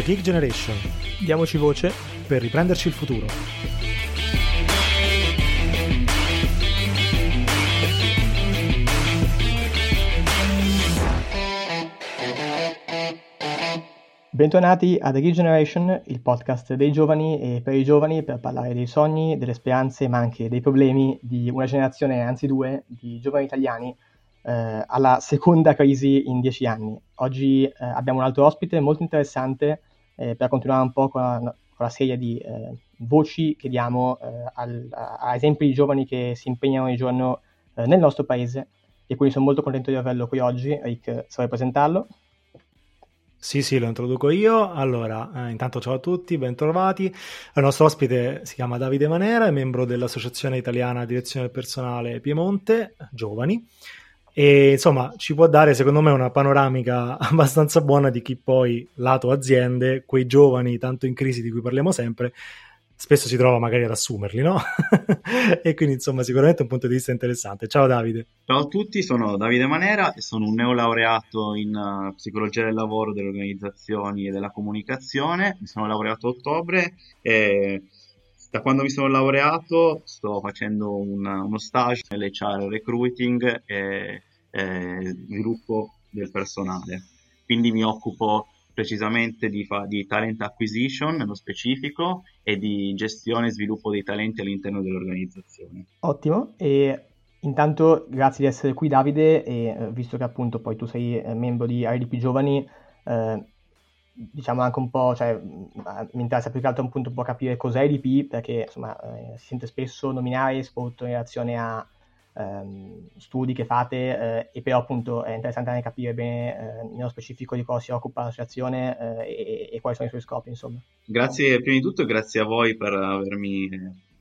Geek Generation. Diamoci voce per riprenderci il futuro. Bentornati a The Geek Generation, il podcast dei giovani e per i giovani, per parlare dei sogni, delle speranze, ma anche dei problemi di una generazione, anzi due, di giovani italiani alla seconda crisi in 10 anni. Oggi abbiamo un altro ospite molto interessante per continuare un po' con la serie di voci che diamo a esempi di giovani che si impegnano ogni giorno nel nostro paese, e quindi sono molto contento di averlo qui oggi. Rick, sai presentarlo? Sì, lo introduco io. Allora, intanto ciao a tutti, bentrovati. Il nostro ospite si chiama Davide Manera, è membro dell'Associazione Italiana Direzione del Personale Piemonte, Giovani, e insomma ci può dare secondo me una panoramica abbastanza buona di chi poi, lato aziende, quei giovani tanto in crisi di cui parliamo sempre, spesso si trova magari ad assumerli, no? E quindi insomma sicuramente un punto di vista interessante. Ciao Davide. Ciao a tutti, sono Davide Manera e sono un neolaureato in psicologia del lavoro, delle organizzazioni e della comunicazione. Mi sono laureato a ottobre e da quando mi sono laureato sto facendo uno stage nell'HR recruiting e sviluppo del personale. Quindi mi occupo precisamente di talent acquisition nello specifico e di gestione e sviluppo dei talenti all'interno dell'organizzazione. Ottimo, e intanto grazie di essere qui Davide, e visto che appunto poi tu sei membro di IDP Giovani, diciamo anche un po', cioè mi interessa più che altro appunto un po' capire cos'è IDP, perché insomma si sente spesso nominare soprattutto in relazione a studi che fate, e però appunto è interessante anche capire bene nello specifico di cosa si occupa l'associazione e quali sono i suoi scopi, insomma. Grazie prima di tutto e grazie a voi per avermi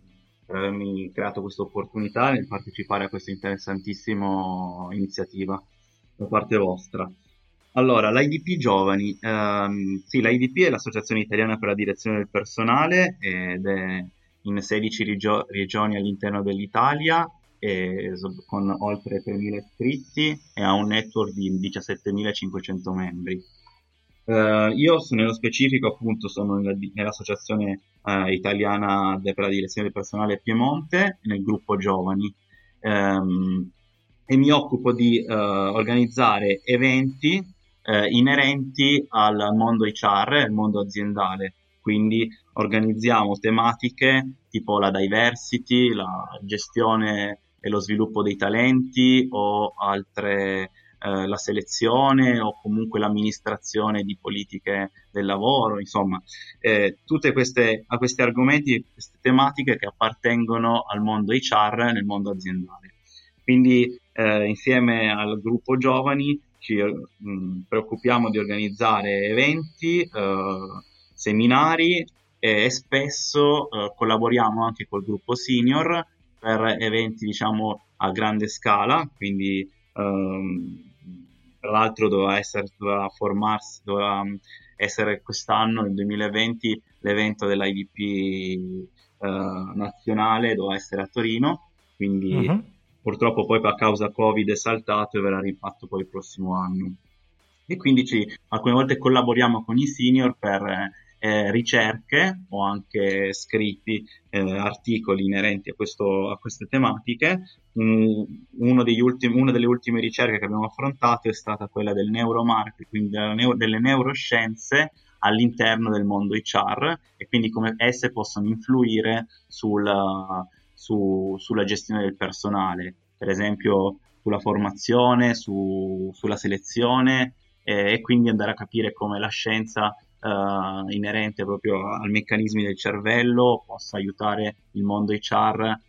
creato questa opportunità nel partecipare a questa interessantissima iniziativa da parte vostra. Allora, l'IDP Giovani, sì, l'IDP è l'Associazione Italiana per la Direzione del Personale ed è in 16 regioni all'interno dell'Italia, con oltre 3.000 iscritti e ha un network di 17.500 membri. Io nello specifico appunto sono nell'Associazione Italiana per la Direzione del Personale Piemonte, nel gruppo Giovani, e mi occupo di organizzare eventi inerenti al mondo HR, al mondo aziendale. Quindi organizziamo tematiche tipo la diversity, la gestione e lo sviluppo dei talenti o altre, la selezione o comunque l'amministrazione di politiche del lavoro, insomma, tutte questi argomenti, queste tematiche che appartengono al mondo HR nel mondo aziendale. Quindi insieme al gruppo Giovani ci preoccupiamo di organizzare eventi, seminari e spesso collaboriamo anche col gruppo senior per eventi diciamo a grande scala, quindi tra l'altro doveva essere quest'anno, nel 2020, l'evento dell'IDP nazionale doveva essere a Torino, quindi purtroppo poi a causa Covid è saltato e verrà rifatto poi il prossimo anno. E quindi alcune volte collaboriamo con i senior per ricerche o anche scritti, articoli inerenti a queste tematiche. Una delle ultime ricerche che abbiamo affrontato è stata quella del neuromarketing, quindi delle neuroscienze all'interno del mondo HR e quindi come esse possono influire sulla gestione del personale, per esempio sulla formazione, sulla selezione, e quindi andare a capire come la scienza inerente proprio ai meccanismi del cervello possa aiutare il mondo HR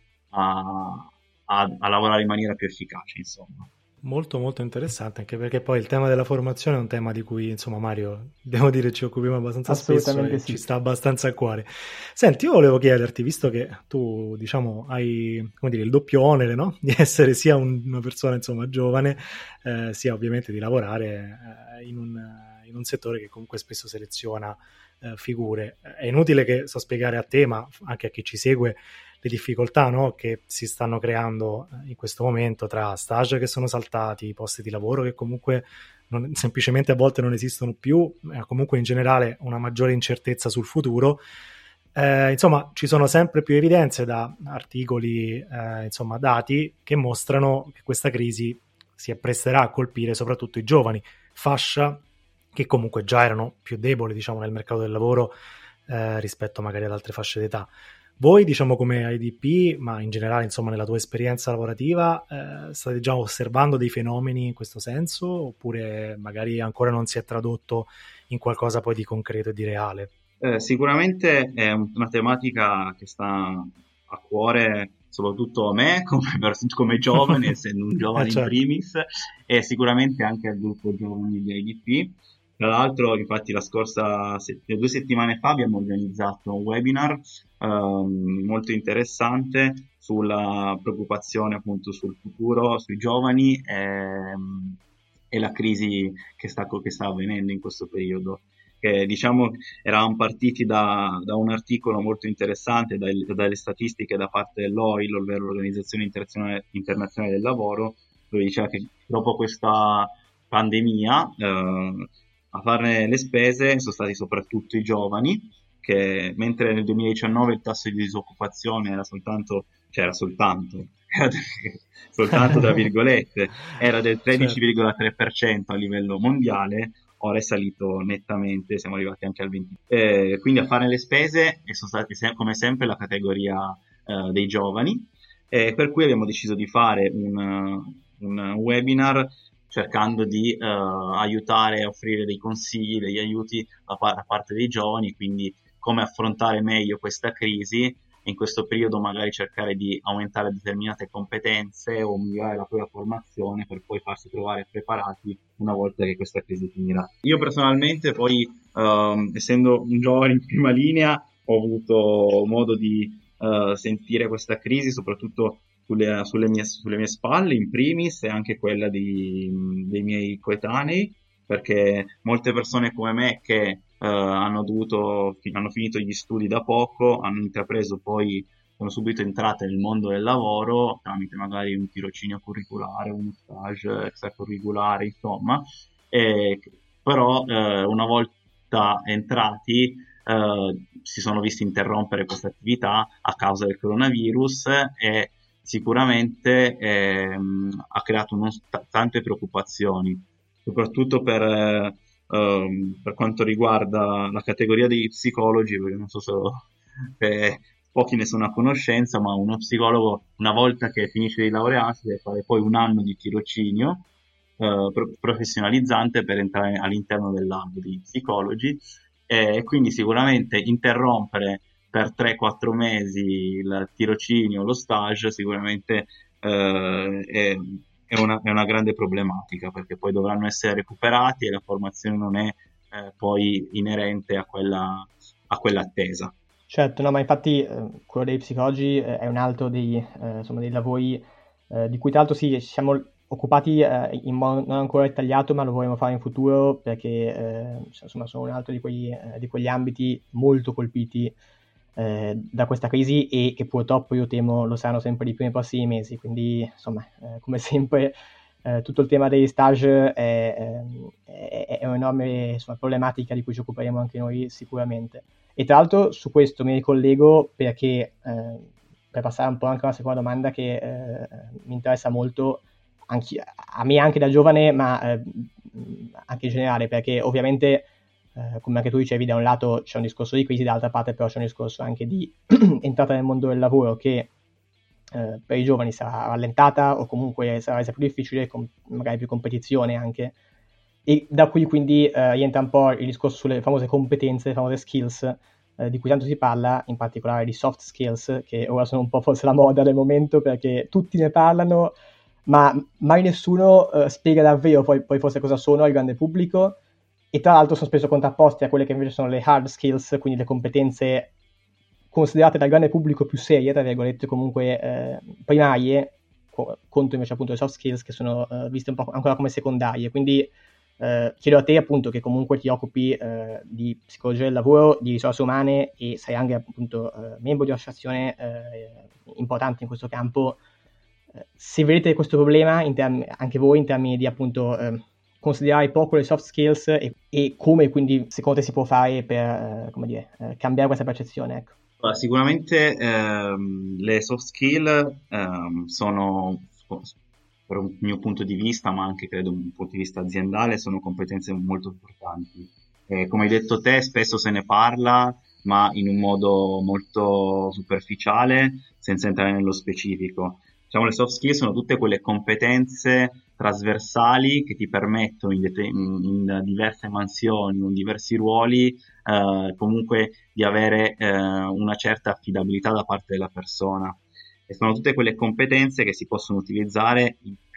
a lavorare in maniera più efficace, insomma. Molto molto interessante, anche perché poi il tema della formazione è un tema di cui insomma Mario, devo dire, ci occupiamo abbastanza spesso e sì, ci sta abbastanza a cuore. Senti, io volevo chiederti, visto che tu diciamo hai, come dire, il doppio onere, no? Di essere sia una persona insomma giovane, sia ovviamente di lavorare in un settore che comunque spesso seleziona figure. È inutile che so spiegare a te, ma anche a chi ci segue, le difficoltà, no, che si stanno creando in questo momento tra stage che sono saltati, posti di lavoro che comunque semplicemente a volte non esistono più, comunque in generale una maggiore incertezza sul futuro. Insomma, ci sono sempre più evidenze da articoli, insomma, dati che mostrano che questa crisi si appresterà a colpire soprattutto i giovani, fascia che comunque già erano più deboli, diciamo, nel mercato del lavoro rispetto magari ad altre fasce d'età. Voi, diciamo, come IDP, ma in generale, insomma, nella tua esperienza lavorativa, state già osservando dei fenomeni in questo senso, oppure magari ancora non si è tradotto in qualcosa poi di concreto e di reale? Sicuramente è una tematica che sta a cuore soprattutto a me come giovane, essendo un giovane certo. in primis, e sicuramente anche al gruppo giovani di IDP. Tra l'altro, infatti, 2 settimane fa abbiamo organizzato un webinar molto interessante sulla preoccupazione appunto sul futuro, sui giovani e la crisi che sta avvenendo in questo periodo. Diciamo, eravamo partiti da un articolo molto interessante, dalle statistiche da parte dell'OIL, ovvero l'Organizzazione Internazionale del Lavoro, dove diceva che dopo questa pandemia a farne le spese sono stati soprattutto i giovani, che mentre nel 2019 il tasso di disoccupazione era soltanto tra virgolette, era del 13,3% a livello mondiale, ora è salito nettamente, siamo arrivati anche al 20%. Quindi a fare le spese sono stati come sempre la categoria dei giovani, per cui abbiamo deciso di fare un webinar cercando di aiutare, offrire dei consigli, degli aiuti da parte dei giovani, quindi come affrontare meglio questa crisi, in questo periodo magari cercare di aumentare determinate competenze o migliorare la propria formazione per poi farsi trovare preparati una volta che questa crisi finirà. Io personalmente poi, essendo un giovane in prima linea, ho avuto modo di sentire questa crisi soprattutto sulle mie spalle in primis, e anche quella dei miei coetanei, perché molte persone come me che hanno finito gli studi da poco, hanno intrapreso poi, sono subito entrate nel mondo del lavoro tramite magari un tirocinio curriculare, uno stage extracurriculare, insomma, però una volta entrati si sono visti interrompere questa attività a causa del coronavirus, e sicuramente ha creato tante preoccupazioni, soprattutto per quanto riguarda la categoria degli psicologi, perché non so se pochi ne sono a conoscenza, ma uno psicologo, una volta che finisce di laurearsi, deve fare poi un anno di tirocinio professionalizzante per entrare all'interno dell'albo di psicologi, e quindi sicuramente interrompere per 3-4 mesi il tirocinio, lo stage, sicuramente è una grande problematica, perché poi dovranno essere recuperati e la formazione non è poi inerente a quella attesa. Certo, no, ma infatti quello dei psicologi è un altro dei lavori di cui tra l'altro sì, siamo occupati in modo non ancora dettagliato, ma lo vorremmo fare in futuro, perché insomma sono un altro di quegli ambiti molto colpiti da questa crisi, e che purtroppo io temo lo saranno sempre di più nei prossimi mesi. Quindi insomma, come sempre, tutto il tema degli stage è un'enorme problematica di cui ci occuperemo anche noi sicuramente. E tra l'altro su questo mi ricollego perché per passare un po' anche a una seconda domanda che mi interessa molto a me anche da giovane, ma anche in generale, perché ovviamente come anche tu dicevi, da un lato c'è un discorso di crisi, dall'altra parte però c'è un discorso anche di entrata nel mondo del lavoro che per i giovani sarà rallentata, o comunque sarà resa più difficile, con magari più competizione anche, e da qui quindi rientra un po' il discorso sulle famose competenze, le famose skills di cui tanto si parla, in particolare di soft skills, che ora sono un po' forse la moda del momento, perché tutti ne parlano, ma mai nessuno spiega davvero poi forse cosa sono al grande pubblico, e tra l'altro sono spesso contrapposti a quelle che invece sono le hard skills, quindi le competenze considerate dal grande pubblico più serie, tra virgolette, comunque primarie, contro invece appunto le soft skills che sono viste un po' ancora come secondarie. Quindi chiedo a te, appunto, che comunque ti occupi di psicologia del lavoro, di risorse umane, e sei anche appunto membro di un'associazione importante in questo campo, se vedete questo problema anche voi in termini di appunto considerai poco le soft skills e come quindi secondo te si può fare per cambiare questa percezione, ecco. Sicuramente le soft skill sono, per un mio punto di vista, ma anche credo un punto di vista aziendale, sono competenze molto importanti. Come hai detto te, spesso se ne parla, ma in un modo molto superficiale, senza entrare nello specifico. Diciamo, le soft skill sono tutte quelle competenze trasversali che ti permettono in diverse mansioni, in diversi ruoli, comunque di avere una certa affidabilità da parte della persona. E sono tutte quelle competenze che si possono utilizzare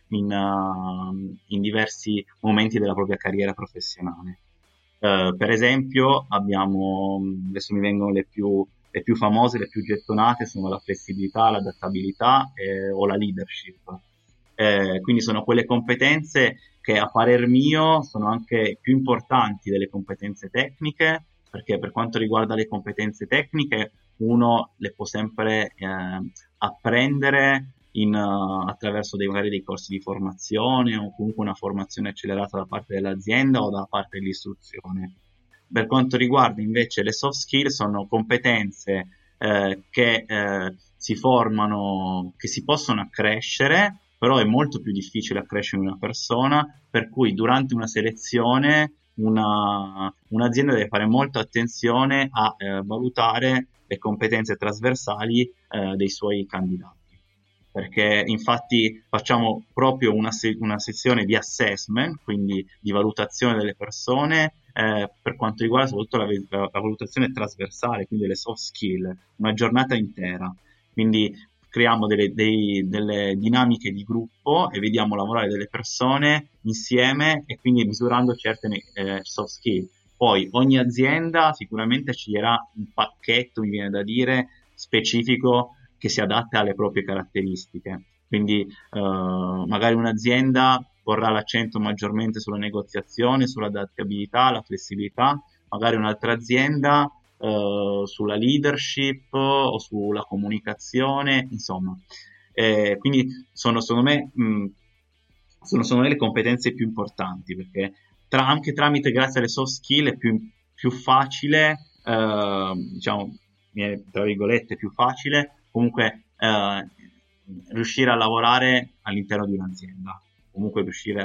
in diversi momenti della propria carriera professionale. Per esempio abbiamo, adesso mi vengono le più famose, le più gettonate, sono la flessibilità, l'adattabilità o la leadership. Quindi sono quelle competenze che a parer mio sono anche più importanti delle competenze tecniche, perché per quanto riguarda le competenze tecniche uno le può sempre apprendere attraverso magari dei corsi di formazione o comunque una formazione accelerata da parte dell'azienda o da parte dell'istruzione. Per quanto riguarda invece le soft skill, sono competenze che si formano, che si possono accrescere, però è molto più difficile accrescere una persona, per cui durante una selezione un'azienda deve fare molta attenzione a valutare le competenze trasversali dei suoi candidati. Perché infatti facciamo proprio una sezione di assessment, quindi di valutazione delle persone, per quanto riguarda soprattutto la valutazione trasversale, quindi le soft skill, una giornata intera. Quindi creiamo delle dinamiche di gruppo e vediamo lavorare delle persone insieme e quindi misurando certe soft skill. Poi ogni azienda sicuramente ci darà un pacchetto, mi viene da dire, specifico che si adatta alle proprie caratteristiche. Quindi magari un'azienda porrà l'accento maggiormente sulla negoziazione, sull'adattabilità, la flessibilità, magari un'altra azienda sulla leadership o sulla comunicazione, insomma. Quindi sono secondo me le competenze più importanti, perché anche grazie alle soft skill è più facile, diciamo, tra virgolette, più facile comunque riuscire a lavorare all'interno di un'azienda, comunque riuscire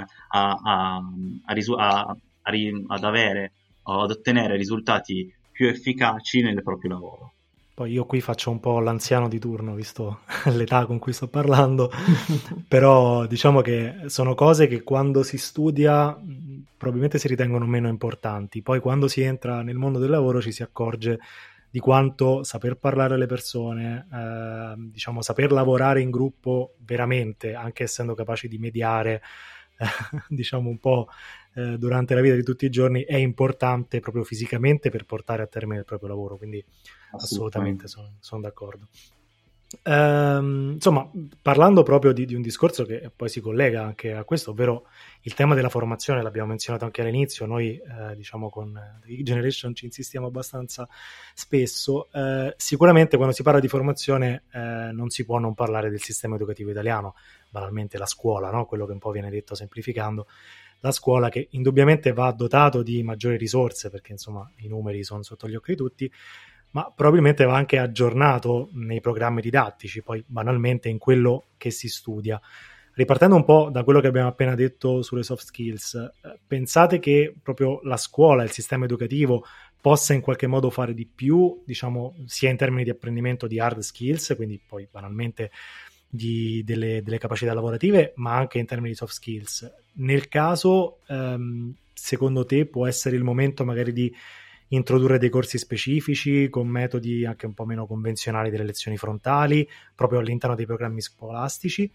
ad avere o ad ottenere risultati più efficaci nel proprio lavoro. Poi io qui faccio un po' l'anziano di turno, visto l'età con cui sto parlando, però diciamo che sono cose che quando si studia probabilmente si ritengono meno importanti, poi quando si entra nel mondo del lavoro ci si accorge di quanto saper parlare alle persone, diciamo saper lavorare in gruppo veramente, anche essendo capaci di mediare, diciamo un po' durante la vita di tutti i giorni, è importante proprio fisicamente per portare a termine il proprio lavoro, quindi assolutamente sono d'accordo. Insomma, parlando proprio di un discorso che poi si collega anche a questo, ovvero il tema della formazione, l'abbiamo menzionato anche all'inizio, noi diciamo con The Generation ci insistiamo abbastanza spesso, sicuramente quando si parla di formazione non si può non parlare del sistema educativo italiano, banalmente la scuola, no? Quello che un po' viene detto semplificando, la scuola che indubbiamente va dotato di maggiori risorse, perché insomma i numeri sono sotto gli occhi di tutti, ma probabilmente va anche aggiornato nei programmi didattici, poi banalmente in quello che si studia. Ripartendo un po' da quello che abbiamo appena detto sulle soft skills, pensate che proprio la scuola, il sistema educativo possa in qualche modo fare di più, diciamo, sia in termini di apprendimento di hard skills, quindi poi banalmente delle capacità lavorative, ma anche in termini di soft skills. Nel caso, secondo te può essere il momento magari di introdurre dei corsi specifici con metodi anche un po' meno convenzionali delle lezioni frontali proprio all'interno dei programmi scolastici,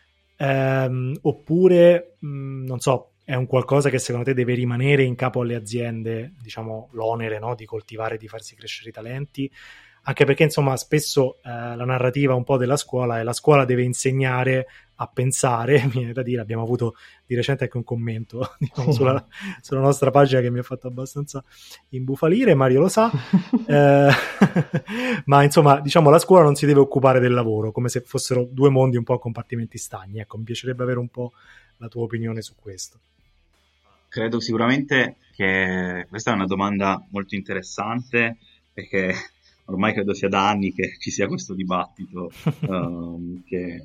oppure non so, è un qualcosa che secondo te deve rimanere in capo alle aziende, diciamo l'onere, no, di coltivare, di farsi crescere i talenti, anche perché insomma spesso la narrativa un po' della scuola è la scuola deve insegnare a pensare, mi viene da dire, abbiamo avuto di recente anche un commento diciamo, sulla nostra pagina che mi ha fatto abbastanza imbufalire, Mario lo sa, ma insomma diciamo la scuola non si deve occupare del lavoro, come se fossero due mondi un po' a compartimenti stagni. Ecco, mi piacerebbe avere un po' la tua opinione su questo. Credo sicuramente che questa è una domanda molto interessante, perché ormai credo sia da anni che ci sia questo dibattito che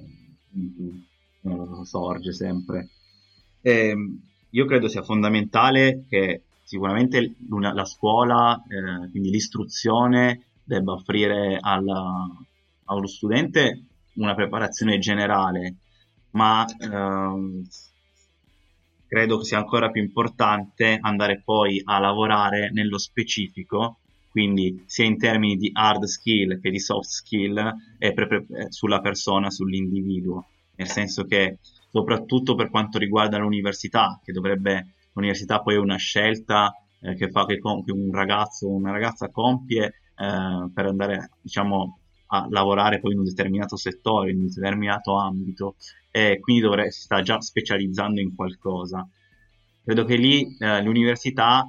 sorge sempre. Io credo sia fondamentale che sicuramente la scuola, quindi l'istruzione, debba offrire allo studente una preparazione generale, ma credo che sia ancora più importante andare poi a lavorare nello specifico, quindi sia in termini di hard skill che di soft skill sulla persona, sull'individuo, nel senso che soprattutto per quanto riguarda l'università, l'università poi è una scelta che un ragazzo o una ragazza compie per andare, diciamo, a lavorare poi in un determinato settore, in un determinato ambito, e quindi si sta già specializzando in qualcosa. Credo che lì le università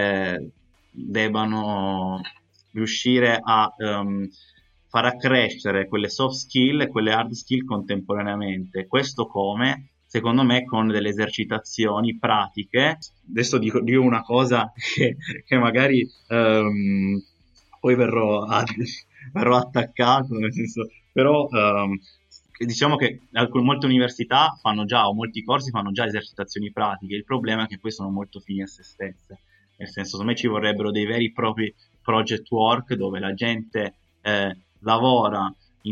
debbano riuscire a far accrescere quelle soft skill e quelle hard skill contemporaneamente. Questo come? Secondo me con delle esercitazioni pratiche. Adesso dico una cosa che magari poi verrò attaccato, nel senso, però diciamo che molte università fanno già, o molti corsi fanno già esercitazioni pratiche. Il problema è che poi sono molto fini a se stesse, nel senso, secondo me ci vorrebbero dei veri e propri project work dove la gente lavora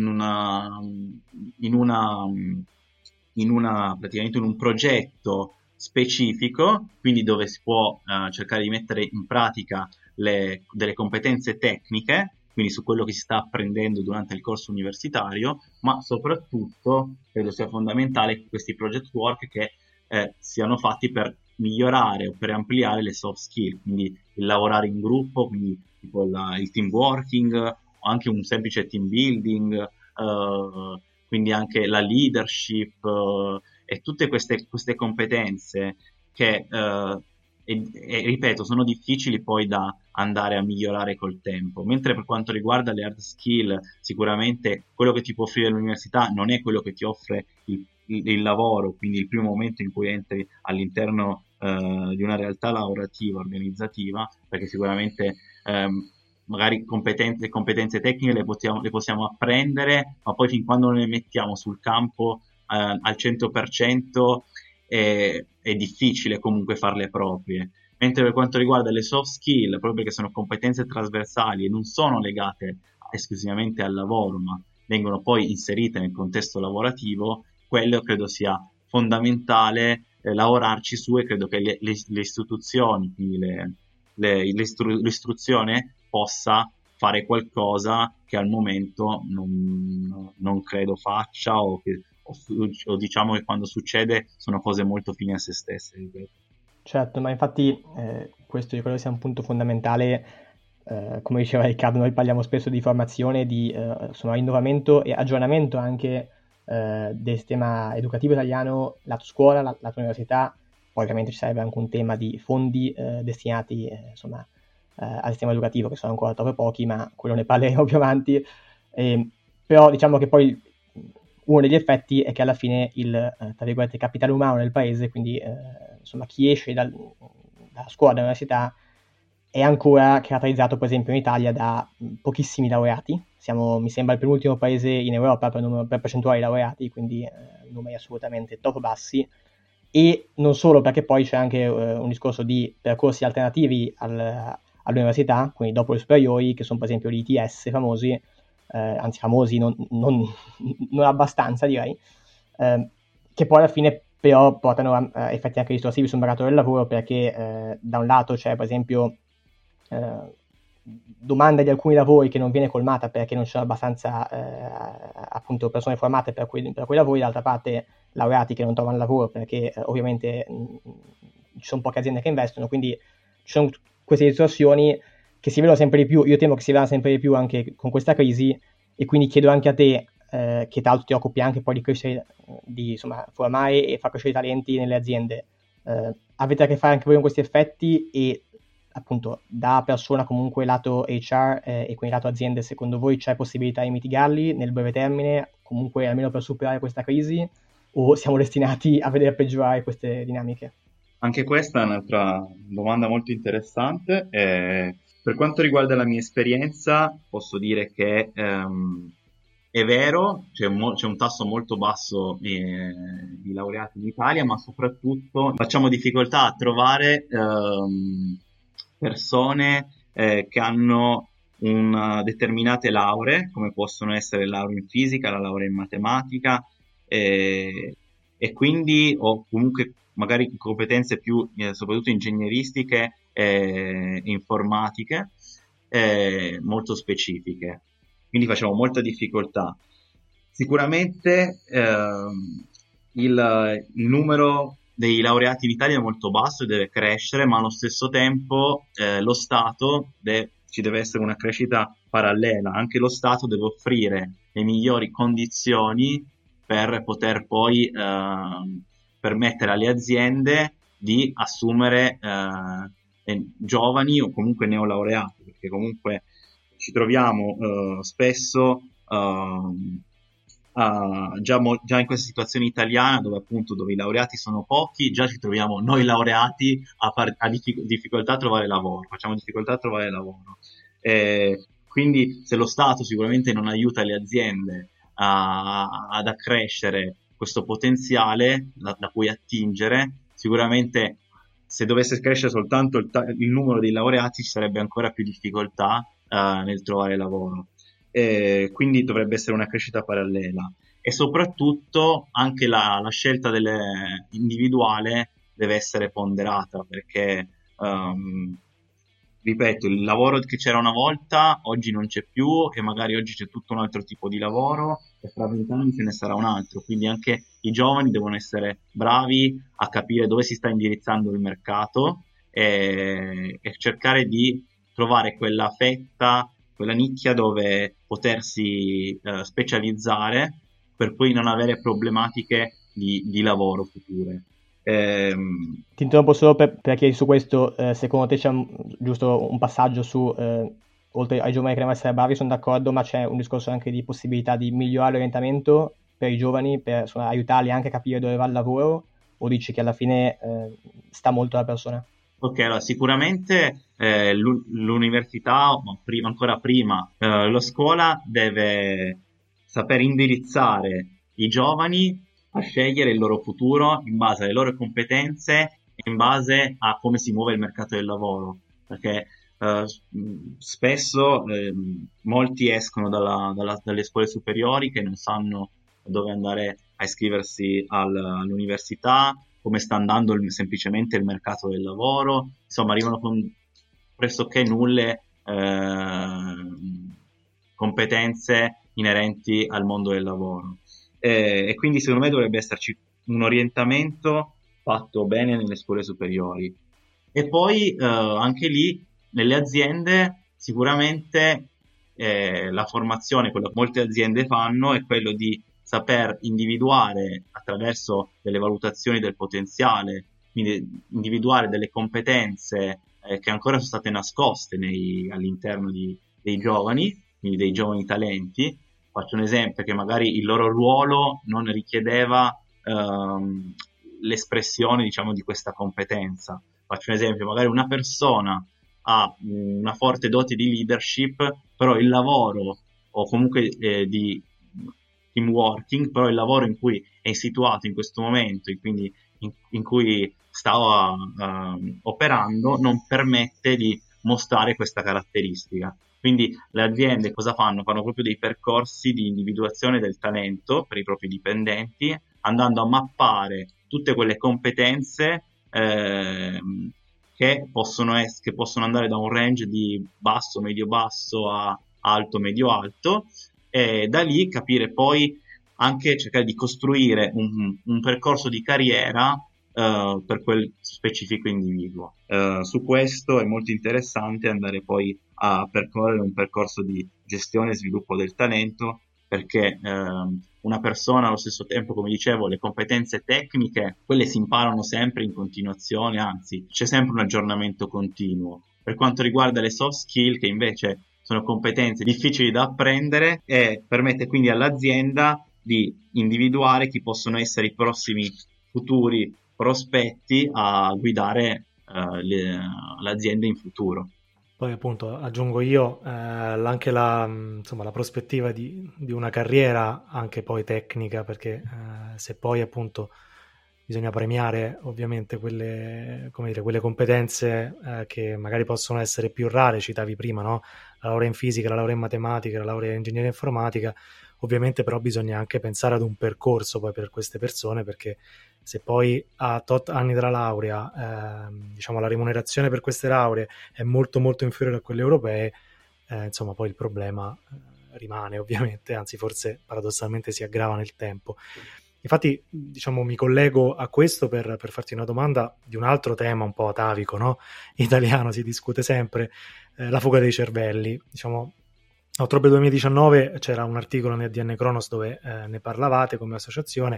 praticamente in un progetto specifico, quindi dove si può cercare di mettere in pratica delle competenze tecniche, quindi su quello che si sta apprendendo durante il corso universitario, ma soprattutto credo sia fondamentale che questi project work che siano fatti per migliorare o per ampliare le soft skill, quindi il lavorare in gruppo, quindi tipo il team working, o anche un semplice team building, quindi anche la leadership e tutte queste competenze che ripeto, sono difficili poi da andare a migliorare col tempo, mentre per quanto riguarda le hard skill, sicuramente quello che ti può offrire l'università non è quello che ti offre il lavoro, quindi il primo momento in cui entri all'interno di una realtà lavorativa, organizzativa, perché sicuramente magari le competenze tecniche le possiamo apprendere, ma poi fin quando non le mettiamo sul campo al 100% è difficile comunque farle proprie. Mentre per quanto riguarda le soft skill, proprio perché sono competenze trasversali e non sono legate esclusivamente al lavoro, ma vengono poi inserite nel contesto lavorativo, quello credo sia fondamentale lavorarci su, e credo che le istituzioni, quindi l'istruzione possa fare qualcosa che al momento non credo faccia, o diciamo che quando succede sono cose molto fini a se stesse, ripeto. Certo, ma infatti questo io credo sia un punto fondamentale. Come diceva Riccardo, noi parliamo spesso di formazione, di rinnovamento e aggiornamento anche del sistema educativo italiano, lato scuola, lato università. Poi ovviamente ci sarebbe anche un tema di fondi destinati al sistema educativo, che sono ancora troppo pochi, ma quello ne parleremo più avanti. Però diciamo che poi uno degli effetti è che alla fine il tra virgolette capitale umano del paese, quindi chi esce dalla scuola, dall'università, è ancora caratterizzato per esempio in Italia da pochissimi laureati. Siamo, mi sembra, il penultimo paese in Europa per percentuale di laureati, quindi numeri assolutamente troppo bassi. E non solo, perché poi c'è anche un discorso di percorsi alternativi all'università, quindi dopo le superiori, che sono per esempio gli ITS famosi, anzi famosi non abbastanza, direi, che poi alla fine però portano a effetti anche distorsivi sul mercato del lavoro, perché da un lato c'è per esempio domanda di alcuni lavori che non viene colmata perché non ci sono abbastanza appunto persone formate per quei lavori, dall'altra parte laureati che non trovano lavoro perché ovviamente ci sono poche aziende che investono, quindi ci sono queste distorsioni che si vedono sempre di più. Io temo che si vedano sempre di più anche con questa crisi, e quindi chiedo anche a te, che tra l'altro ti occupi anche poi di crescere, di formare e far crescere i talenti nelle aziende, avete a che fare anche voi con questi effetti? E appunto da persona comunque lato HR e quindi lato aziende, secondo voi c'è possibilità di mitigarli nel breve termine, comunque almeno per superare questa crisi, o siamo destinati a vedere peggiorare queste dinamiche? Anche questa è un'altra domanda molto interessante. Per quanto riguarda la mia esperienza, posso dire che è vero, c'è un tasso molto basso di laureati in Italia, ma soprattutto facciamo difficoltà a trovare persone che hanno determinate lauree, come possono essere la laurea in fisica, la laurea in matematica, e quindi o comunque magari competenze più soprattutto ingegneristiche e informatiche molto specifiche. Quindi facciamo molta difficoltà. Sicuramente il numero dei laureati in Italia è molto basso e deve crescere, ma allo stesso tempo lo Stato ci deve essere una crescita parallela. Anche lo Stato deve offrire le migliori condizioni per poter poi permettere alle aziende di assumere giovani o comunque neolaureati, perché comunque ci troviamo spesso già in questa situazione italiana dove i laureati sono pochi, già ci troviamo noi laureati a difficoltà a trovare lavoro, facciamo difficoltà a trovare lavoro. Quindi se lo Stato sicuramente non aiuta le aziende ad accrescere questo potenziale da cui attingere, sicuramente se dovesse crescere soltanto il numero dei laureati ci sarebbe ancora più difficoltà nel trovare lavoro. Quindi dovrebbe essere una crescita parallela e soprattutto anche la scelta individuale deve essere ponderata, perché ripeto, il lavoro che c'era una volta oggi non c'è più e magari oggi c'è tutto un altro tipo di lavoro e fra 20 anni ce ne sarà un altro, quindi anche i giovani devono essere bravi a capire dove si sta indirizzando il mercato e cercare di trovare quella fetta, quella nicchia dove potersi specializzare per poi non avere problematiche di lavoro future. Ti interrompo solo per chiedere su questo, secondo te c'è giusto un passaggio su, oltre ai giovani che devono essere bravi, sono d'accordo, ma c'è un discorso anche di possibilità di migliorare l'orientamento per i giovani, per aiutarli anche a capire dove va il lavoro, o dici che alla fine sta molto alla persona? Ok, allora sicuramente l'università, ancora prima, la scuola deve saper indirizzare i giovani a scegliere il loro futuro in base alle loro competenze e in base a come si muove il mercato del lavoro, perché spesso molti escono dalle scuole superiori che non sanno dove andare a iscriversi all'università, come sta andando semplicemente il mercato del lavoro, insomma arrivano con pressoché nulle competenze inerenti al mondo del lavoro. E quindi secondo me dovrebbe esserci un orientamento fatto bene nelle scuole superiori. E poi anche lì nelle aziende sicuramente la formazione, quello che molte aziende fanno, è quello di saper individuare attraverso delle valutazioni del potenziale, quindi individuare delle competenze che ancora sono state nascoste all'interno dei giovani, quindi dei giovani talenti. Faccio un esempio: che magari il loro ruolo non richiedeva l'espressione, diciamo, di questa competenza. Faccio un esempio: magari una persona ha una forte dote di leadership, però il lavoro o comunque di team working, però il lavoro in cui è situato in questo momento e quindi in cui sta operando non permette di mostrare questa caratteristica. Quindi le aziende cosa fanno? Fanno proprio dei percorsi di individuazione del talento per i propri dipendenti, andando a mappare tutte quelle competenze che possono andare da un range di basso, medio-basso a alto, medio-alto, e da lì capire poi anche cercare di costruire un percorso di carriera per quel specifico individuo. Su questo è molto interessante andare poi a percorrere un percorso di gestione e sviluppo del talento, perché una persona allo stesso tempo, come dicevo, le competenze tecniche, quelle si imparano sempre in continuazione, anzi c'è sempre un aggiornamento continuo. Per quanto riguarda le soft skill, che invece sono competenze difficili da apprendere, e permette quindi all'azienda di individuare chi possono essere i prossimi futuri prospetti a guidare l'azienda in futuro. Poi appunto aggiungo io anche la prospettiva di una carriera anche poi tecnica, perché se poi appunto bisogna premiare ovviamente quelle competenze che magari possono essere più rare, citavi prima, no? La laurea in fisica, la laurea in matematica, la laurea in ingegneria informatica, ovviamente però bisogna anche pensare ad un percorso poi per queste persone, perché se poi a tot anni dalla laurea la remunerazione per queste lauree è molto molto inferiore a quelle europee, insomma poi il problema rimane ovviamente, anzi forse paradossalmente si aggrava nel tempo. Infatti mi collego a questo per farti una domanda di un altro tema un po' atavico, no? Italiano, si discute sempre, la fuga dei cervelli. A ottobre 2019 c'era un articolo nel DN Kronos dove ne parlavate come associazione.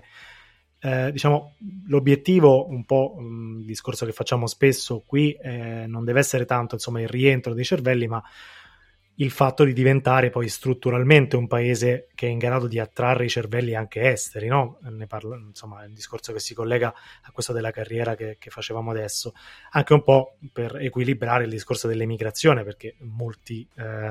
L'obiettivo, un po' il discorso che facciamo spesso qui, non deve essere tanto il rientro dei cervelli, ma il fatto di diventare poi strutturalmente un paese che è in grado di attrarre i cervelli anche esteri, no? Ne parlo, è un discorso che si collega a questo della carriera che facevamo adesso, anche un po' per equilibrare il discorso dell'emigrazione, perché molti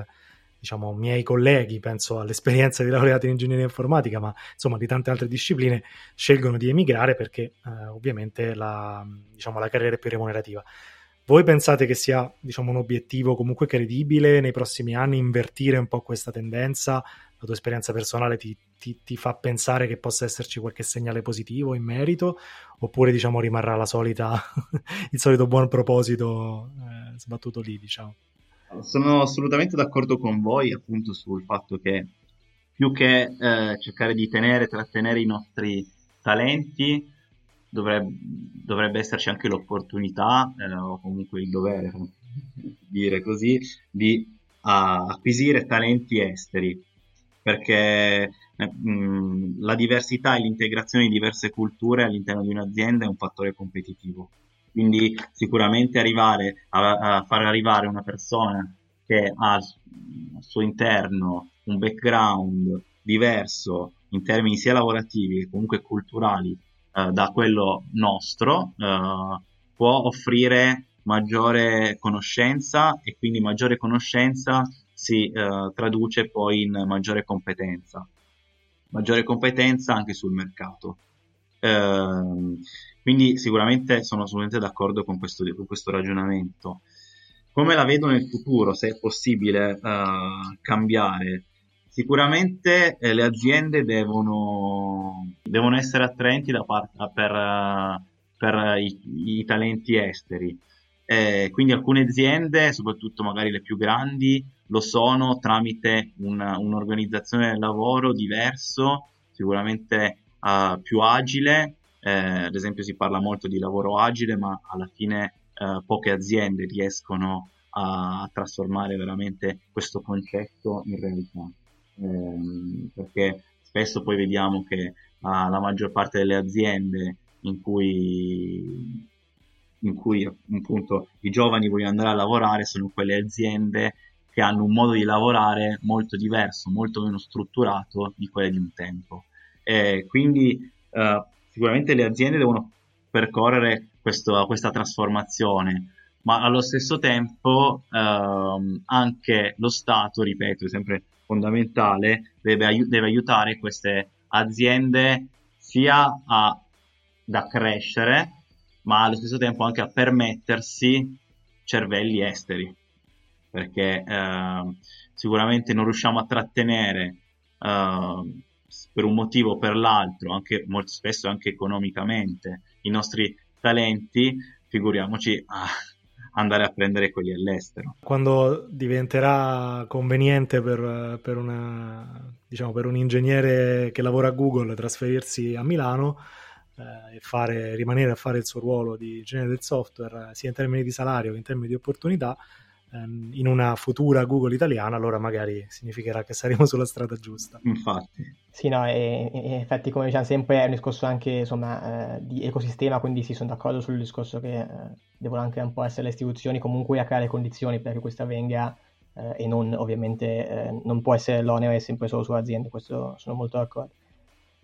miei colleghi, penso all'esperienza di laureati in ingegneria informatica, ma di tante altre discipline, scelgono di emigrare perché ovviamente la carriera è più remunerativa. Voi pensate che sia un obiettivo comunque credibile nei prossimi anni invertire un po' questa tendenza? La tua esperienza personale ti fa pensare che possa esserci qualche segnale positivo in merito, oppure rimarrà il solito buon proposito sbattuto lì, Sono assolutamente d'accordo con voi appunto sul fatto che più che cercare di trattenere i nostri talenti, dovrebbe esserci anche l'opportunità, o comunque il dovere, dire così, di acquisire talenti esteri, perché la diversità e l'integrazione di diverse culture all'interno di un'azienda è un fattore competitivo. Quindi sicuramente arrivare a far arrivare una persona che ha al suo interno un background diverso in termini sia lavorativi che comunque culturali da quello nostro, può offrire maggiore conoscenza, e quindi maggiore conoscenza si traduce poi in maggiore competenza anche sul mercato. Quindi sicuramente sono assolutamente d'accordo con questo ragionamento. Come la vedo nel futuro, se è possibile cambiare? Sicuramente le aziende devono essere attraenti per i talenti esteri. Quindi alcune aziende, soprattutto magari le più grandi, lo sono tramite un'organizzazione del lavoro diverso, sicuramente più agile. Ad esempio si parla molto di lavoro agile, ma alla fine poche aziende riescono a trasformare veramente questo concetto in realtà. Perché spesso poi vediamo che la maggior parte delle aziende in cui appunto i giovani vogliono andare a lavorare sono quelle aziende che hanno un modo di lavorare molto diverso, molto meno strutturato di quelle di un tempo. Quindi sicuramente le aziende devono percorrere questa trasformazione, ma allo stesso tempo anche lo Stato, ripeto, è sempre fondamentale, deve aiutare queste aziende sia da crescere, ma allo stesso tempo anche a permettersi cervelli esteri, perché sicuramente non riusciamo a trattenere per un motivo o per l'altro, anche molto spesso anche economicamente, i nostri talenti, figuriamoci andare a prendere quelli all'estero. Quando diventerà conveniente per un ingegnere che lavora a Google trasferirsi a Milano e rimanere a fare il suo ruolo di ingegnere del software, sia in termini di salario che in termini di opportunità, in una futura Google italiana, allora magari significherà che saremo sulla strada giusta. Infatti. Sì, no, e in effetti, come diciamo sempre, è un discorso anche di ecosistema, quindi sì, sono d'accordo sul discorso che devono anche un po' essere le istituzioni comunque a creare le condizioni perché questo avvenga, e non ovviamente non può essere l'onere sempre solo sull'azienda, questo sono molto d'accordo.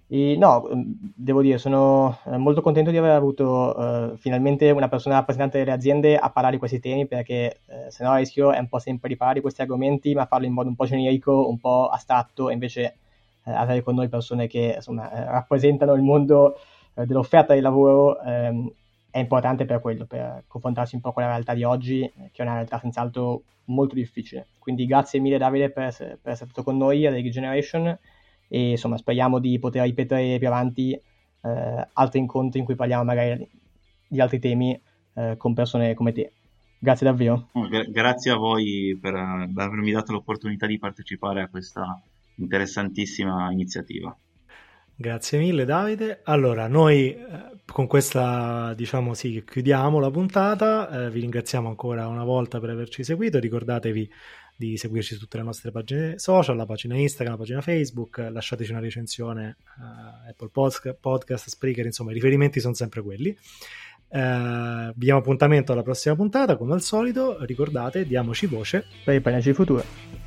E no, devo dire, sono molto contento di aver avuto finalmente una persona rappresentante delle aziende a parlare di questi temi, perché se no il rischio è un po' sempre di parlare di questi argomenti, ma farlo in modo un po' generico, un po' astratto, e invece avere con noi persone che insomma rappresentano il mondo dell'offerta di lavoro è importante per quello, per confrontarsi un po' con la realtà di oggi, che è una realtà senz'altro molto difficile. Quindi grazie mille Davide per essere stato con noi a The Geek Generation, e insomma speriamo di poter ripetere più avanti altri incontri in cui parliamo magari di altri temi con persone come te. Grazie davvero. Grazie a voi per avermi dato l'opportunità di partecipare a questa interessantissima iniziativa. Grazie mille Davide. Allora, noi con questa, diciamo sì, chiudiamo la puntata, vi ringraziamo ancora una volta per averci seguito, ricordatevi di seguirci su tutte le nostre pagine social, la pagina Instagram, la pagina Facebook, lasciateci una recensione Apple Podcast, Spreaker, insomma i riferimenti sono sempre quelli. Vi diamo appuntamento alla prossima puntata, come al solito, ricordate, diamoci voce per il Pianici Futuro.